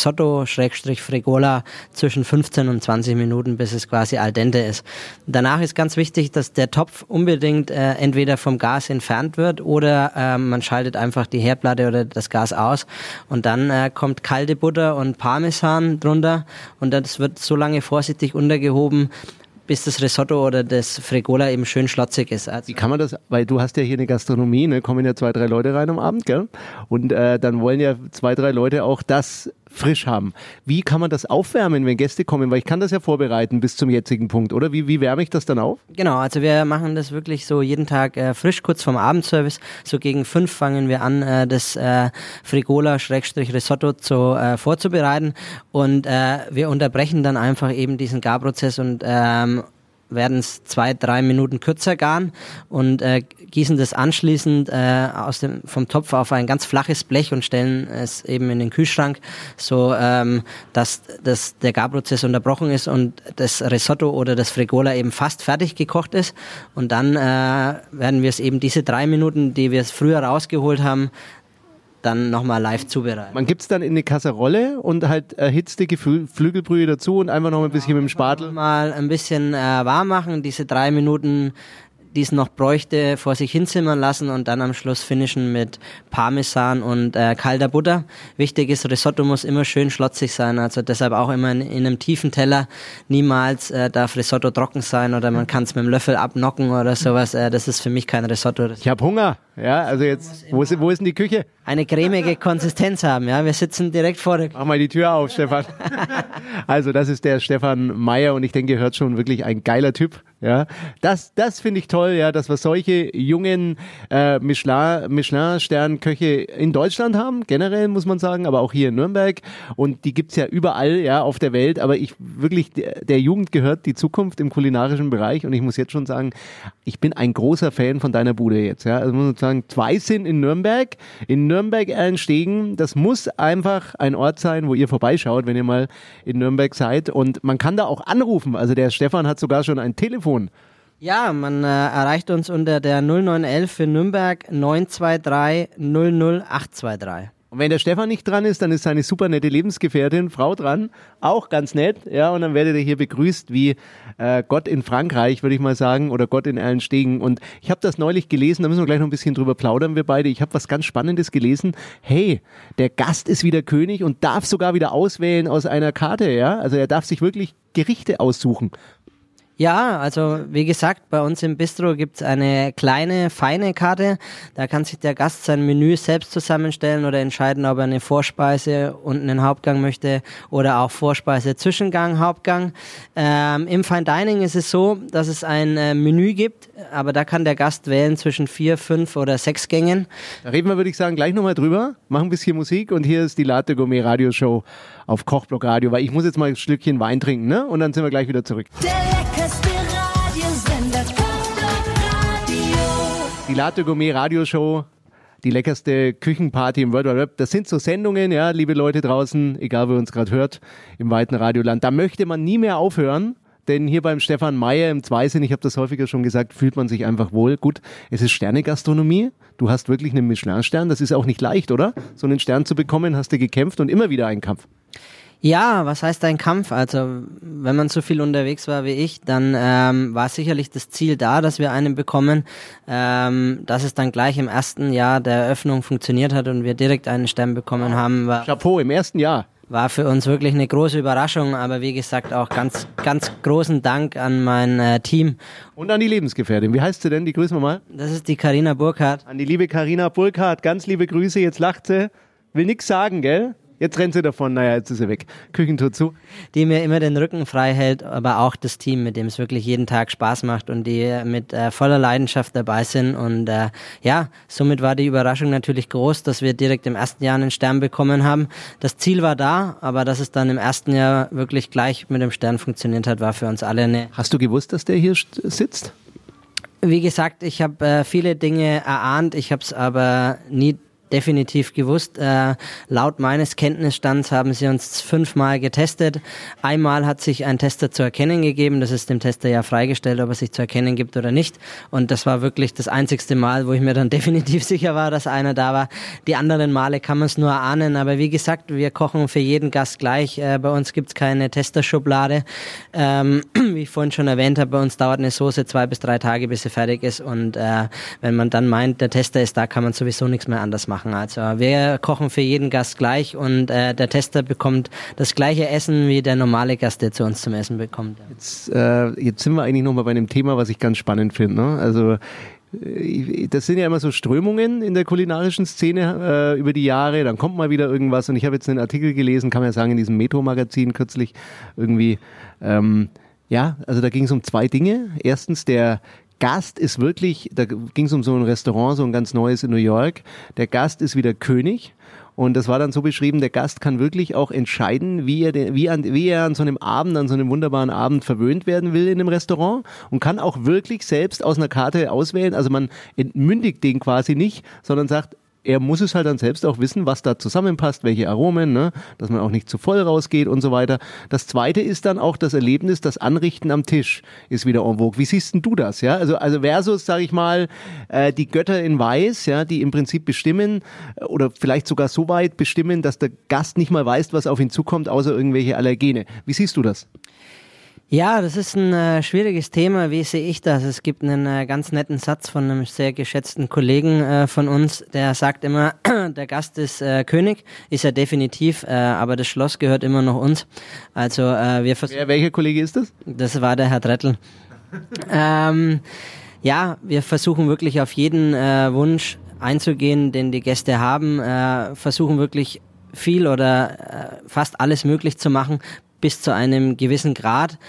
Risotto-Fregola zwischen 15 und 20 Minuten, bis es quasi al dente ist. Danach ist ganz wichtig, dass der Topf unbedingt entweder vom Gas entfernt wird oder man schaltet einfach die Herdplatte oder das Gas aus und dann kommt kalte Butter und Parmesan drunter und das wird so lange vorsichtig untergehoben, bis das Risotto oder das Fregola eben schön schlotzig ist. Also wie kann man das, weil du hast ja hier eine Gastronomie, ne, kommen ja 2, 3 Leute rein am Abend, gell? Und dann wollen ja 2, 3 Leute auch das frisch haben. Wie kann man das aufwärmen, wenn Gäste kommen? Weil ich kann das ja vorbereiten bis zum jetzigen Punkt, oder? Wie wärme ich das dann auf? Genau, also wir machen das wirklich so jeden Tag frisch, kurz vorm Abendservice. So gegen 5 fangen wir an, das Fregola-Risotto vorzubereiten und wir unterbrechen dann einfach eben diesen Garprozess und werden es 2, 3 Minuten kürzer garen und gießen das anschließend vom Topf auf ein ganz flaches Blech und stellen es eben in den Kühlschrank, so dass der Garprozess unterbrochen ist und das Risotto oder das Fregola eben fast fertig gekocht ist und dann werden wir es eben diese 3 Minuten, die wir es früher rausgeholt haben, dann nochmal live zubereiten. Man gibt es dann in eine Kasserolle und halt erhitzte Geflügelbrühe dazu und einfach noch ein bisschen mit dem Spatel. Mal ein bisschen warm machen, diese 3 Minuten, die es noch bräuchte, vor sich hinzimmern lassen und dann am Schluss finishen mit Parmesan und kalter Butter. Wichtig ist, Risotto muss immer schön schlotzig sein, also deshalb auch immer in einem tiefen Teller. Niemals darf Risotto trocken sein oder man kann es mit dem Löffel abnocken oder sowas. Das ist für mich kein Risotto. Ich habe Hunger. Ja, also jetzt, wo ist denn die Küche? Eine cremige Konsistenz haben, ja. Wir sitzen direkt vor der Küche. Mach mal die Tür auf, Stefan. Also, das ist der Stefan Meyer und ich denke, ihr hört schon, wirklich ein geiler Typ. Ja, das finde ich toll, ja, dass wir solche jungen Michelin-Stern-Köche in Deutschland haben, generell muss man sagen, aber auch hier in Nürnberg und die gibt's ja überall, ja, auf der Welt, aber der Jugend gehört die Zukunft im kulinarischen Bereich und ich muss jetzt schon sagen, ich bin ein großer Fan von deiner Bude jetzt, ja, also muss man sagen, 2 sind in Nürnberg Erlenstegen, das muss einfach ein Ort sein, wo ihr vorbeischaut, wenn ihr mal in Nürnberg seid und man kann da auch anrufen, also der Stefan hat sogar schon ein Telefon. Ja, man erreicht uns unter der 0911 für Nürnberg 923 00823. Und wenn der Stefan nicht dran ist, dann ist seine super nette Lebensgefährtin, Frau dran, auch ganz nett, ja, und dann werdet ihr hier begrüßt wie Gott in Frankreich, würde ich mal sagen, oder Gott in Erlenstegen. Und ich habe das neulich gelesen, da müssen wir gleich noch ein bisschen drüber plaudern, wir beide. Ich habe was ganz Spannendes gelesen. Hey, der Gast ist wieder König und darf sogar wieder auswählen aus einer Karte, ja, also er darf sich wirklich Gerichte aussuchen. Ja, also wie gesagt, bei uns im Bistro gibt's eine kleine, feine Karte. Da kann sich der Gast sein Menü selbst zusammenstellen oder entscheiden, ob er eine Vorspeise und einen Hauptgang möchte oder auch Vorspeise, Zwischengang, Hauptgang. Im Fine Dining ist es so, dass es ein Menü gibt, aber da kann der Gast wählen zwischen 4, 5 oder 6 Gängen. Da reden wir, würde ich sagen, gleich nochmal drüber, machen ein bisschen Musik und hier ist die Latte Gourmet Radioshow auf Kochblock Radio, weil ich muss jetzt mal ein Schlückchen Wein trinken, ne? Und dann sind wir gleich wieder zurück. Der leckerste Radiosender, Kochblock Radio. Die Latte Gourmet Radioshow, die leckerste Küchenparty im World Wide Web. Das sind so Sendungen, ja, liebe Leute draußen, egal wer uns gerade hört, im weiten Radioland. Da möchte man nie mehr aufhören. Denn hier beim Stefan Meyer im Zweisinn, ich habe das häufiger schon gesagt, fühlt man sich einfach wohl. Gut, es ist Sternegastronomie. Du hast wirklich einen Michelin-Stern. Das ist auch nicht leicht, oder? So einen Stern zu bekommen, hast du gekämpft und immer wieder einen Kampf. Ja, was heißt ein Kampf? Also wenn man so viel unterwegs war wie ich, dann war sicherlich das Ziel da, dass wir einen bekommen. Dass es dann gleich im ersten Jahr der Eröffnung funktioniert hat und wir direkt einen Stern bekommen haben. Chapeau, im ersten Jahr. War für uns wirklich eine große Überraschung, aber wie gesagt auch ganz, ganz großen Dank an mein Team. Und an die Lebensgefährtin. Wie heißt sie denn? Die grüßen wir mal. Das ist die Carina Burkhardt. An die liebe Carina Burkhardt, ganz liebe Grüße. Jetzt lacht sie. Will nix sagen, gell? Jetzt rennt sie davon, naja, jetzt ist sie weg. Küchentour zu. Die mir immer den Rücken frei hält, aber auch das Team, mit dem es wirklich jeden Tag Spaß macht und die mit voller Leidenschaft dabei sind. Und ja, somit war die Überraschung natürlich groß, dass wir direkt im ersten Jahr einen Stern bekommen haben. Das Ziel war da, aber dass es dann im ersten Jahr wirklich gleich mit dem Stern funktioniert hat, war für uns alle eine... Hast du gewusst, dass der hier sitzt? Wie gesagt, ich habe viele Dinge erahnt, ich habe es aber nie definitiv gewusst. Laut meines Kenntnisstands haben sie uns 5-mal getestet. Einmal hat sich ein Tester zu erkennen gegeben. Das ist dem Tester ja freigestellt, ob er sich zu erkennen gibt oder nicht. Und das war wirklich das einzigste Mal, wo ich mir dann definitiv sicher war, dass einer da war. Die anderen Male kann man es nur ahnen. Aber wie gesagt, wir kochen für jeden Gast gleich. Bei uns gibt's keine Testerschublade. Wie ich vorhin schon erwähnt habe, bei uns dauert eine Soße 2 bis 3 Tage, bis sie fertig ist. Und wenn man dann meint, der Tester ist da, kann man sowieso nichts mehr anders machen. Also wir kochen für jeden Gast gleich und der Tester bekommt das gleiche Essen wie der normale Gast, der zu uns zum Essen bekommt. Jetzt sind wir eigentlich nochmal bei einem Thema, was ich ganz spannend finde. Ne? Also das sind ja immer so Strömungen in der kulinarischen Szene über die Jahre, dann kommt mal wieder irgendwas und ich habe jetzt einen Artikel gelesen, kann man ja sagen, in diesem Metro-Magazin kürzlich irgendwie, also da ging es um 2 Dinge. Erstens, der Gast ist wirklich, da ging es um so ein Restaurant, so ein ganz neues in New York. Der Gast ist wieder König. Und das war dann so beschrieben, der Gast kann wirklich auch entscheiden, wie er an so einem Abend, an so einem wunderbaren Abend verwöhnt werden will in einem Restaurant und kann auch wirklich selbst aus einer Karte auswählen. Also man entmündigt den quasi nicht, sondern sagt, er muss es halt dann selbst auch wissen, was da zusammenpasst, welche Aromen, ne? Dass man auch nicht zu voll rausgeht und so weiter. Das Zweite ist dann auch das Erlebnis, das Anrichten am Tisch ist wieder en vogue. Wie siehst denn du das? Ja? Also versus, sage ich mal, die Götter in Weiß, ja, die im Prinzip bestimmen oder vielleicht sogar so weit bestimmen, dass der Gast nicht mal weiß, was auf ihn zukommt, außer irgendwelche Allergene. Wie siehst du das? Ja, das ist ein schwieriges Thema. Wie sehe ich das? Es gibt einen ganz netten Satz von einem sehr geschätzten Kollegen von uns, der sagt immer, der Gast ist König, ist er definitiv, aber das Schloss gehört immer noch uns. Also welcher Kollege ist das? Das war der Herr Trettl. Wir versuchen wirklich auf jeden Wunsch einzugehen, den die Gäste haben, versuchen wirklich viel oder fast alles möglich zu machen, bis zu einem gewissen Grad.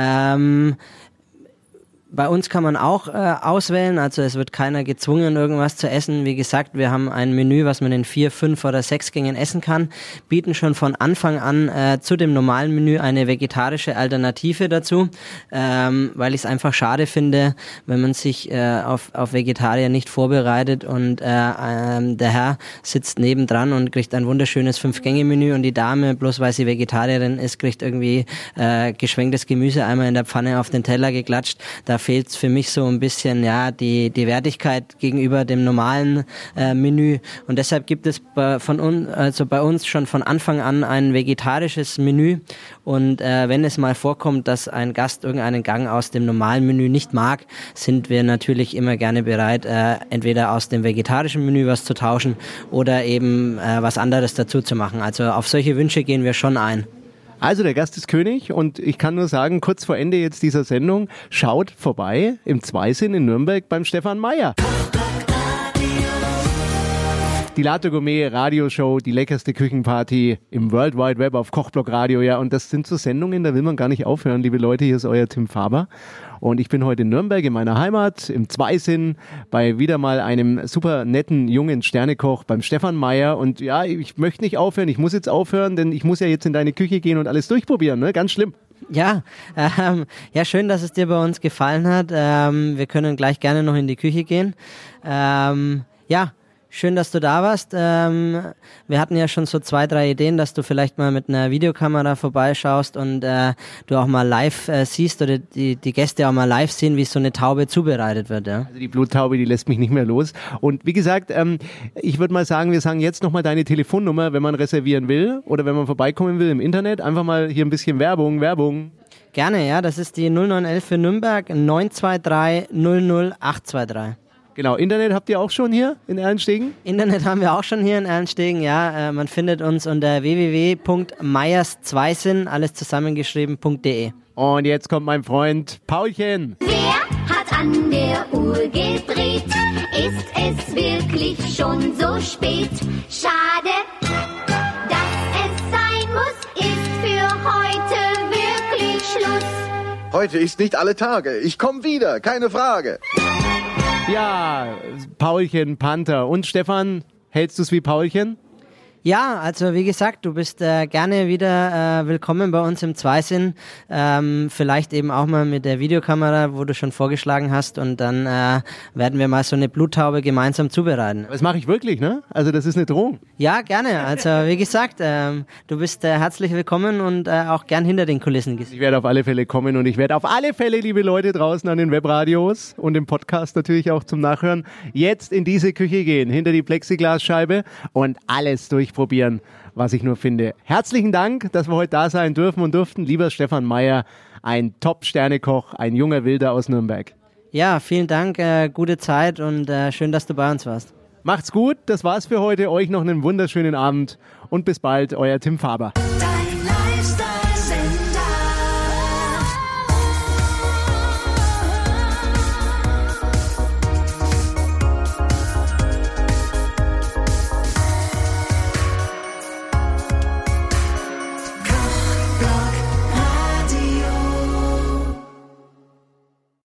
Bei uns kann man auch auswählen, also es wird keiner gezwungen, irgendwas zu essen. Wie gesagt, wir haben ein Menü, was man in 4, 5 oder 6 Gängen essen kann, bieten schon von Anfang an zu dem normalen Menü eine vegetarische Alternative dazu, weil ich es einfach schade finde, wenn man sich auf Vegetarier nicht vorbereitet und der Herr sitzt nebendran und kriegt ein wunderschönes 5-Gänge-Menü und die Dame, bloß weil sie Vegetarierin ist, kriegt irgendwie geschwenktes Gemüse einmal in der Pfanne auf den Teller geklatscht. Da fehlt für mich so ein bisschen die Wertigkeit gegenüber dem normalen Menü und deshalb gibt es bei uns schon von Anfang an ein vegetarisches Menü und wenn es mal vorkommt, dass ein Gast irgendeinen Gang aus dem normalen Menü nicht mag, sind wir natürlich immer gerne bereit, entweder aus dem vegetarischen Menü was zu tauschen oder eben was anderes dazu zu machen. Also auf solche Wünsche gehen wir schon ein. Also der Gast ist König und ich kann nur sagen, kurz vor Ende jetzt dieser Sendung, schaut vorbei im Zweisinn in Nürnberg beim Stefan Meyer. Die Latte Gourmet Radioshow, die leckerste Küchenparty im World Wide Web auf Kochblock Radio, ja, und das sind so Sendungen, da will man gar nicht aufhören, liebe Leute, hier ist euer Tim Faber und ich bin heute in Nürnberg in meiner Heimat, im Zweisinn, bei wieder mal einem super netten, jungen Sternekoch, beim Stefan Meyer und ja, ich möchte nicht aufhören, ich muss jetzt aufhören, denn ich muss ja jetzt in deine Küche gehen und alles durchprobieren, ne, ganz schlimm. Ja, schön, dass es dir bei uns gefallen hat, wir können gleich gerne noch in die Küche gehen, schön, dass du da warst. Wir hatten ja schon so 2, 3 Ideen, dass du vielleicht mal mit einer Videokamera vorbeischaust und du auch mal live siehst oder die Gäste auch mal live sehen, wie so eine Taube zubereitet wird. Ja? Also die Bluttaube, die lässt mich nicht mehr los. Und wie gesagt, ich würde mal sagen, wir sagen jetzt nochmal deine Telefonnummer, wenn man reservieren will oder wenn man vorbeikommen will im Internet. Einfach mal hier ein bisschen Werbung. Gerne, ja. Das ist die 0911 für Nürnberg 923 00823. Genau, Internet habt ihr auch schon hier in Erlenstegen? Internet haben wir auch schon hier in Erlenstegen, ja. Man findet uns unter www.meierszweisinn, alles zusammengeschrieben.de. Und jetzt kommt mein Freund Paulchen. Wer hat an der Uhr gedreht? Ist es wirklich schon so spät? Schade, dass es sein muss, ist für heute wirklich Schluss. Heute ist nicht alle Tage. Ich komme wieder, keine Frage. Ja, Paulchen, Panther. Und Stefan, hältst du es wie Paulchen? Ja, also wie gesagt, du bist gerne wieder willkommen bei uns im Zweisinn. Vielleicht eben auch mal mit der Videokamera, wo du schon vorgeschlagen hast, und dann werden wir mal so eine Bluttaube gemeinsam zubereiten. Das mache ich wirklich, ne? Also das ist eine Drohung. Ja, gerne. Also wie gesagt, du bist herzlich willkommen und auch gern hinter den Kulissen gesehen. Ich werde auf alle Fälle kommen und ich werde auf alle Fälle, liebe Leute draußen an den Webradios und im Podcast natürlich auch zum Nachhören, jetzt in diese Küche gehen, hinter die Plexiglasscheibe und alles durchprobieren, was ich nur finde. Herzlichen Dank, dass wir heute da sein dürfen und durften. Lieber Stefan Meyer, ein Top-Sternekoch, ein junger Wilder aus Nürnberg. Ja, vielen Dank, gute Zeit und schön, dass du bei uns warst. Macht's gut, das war's für heute. Euch noch einen wunderschönen Abend und bis bald, euer Tim Faber.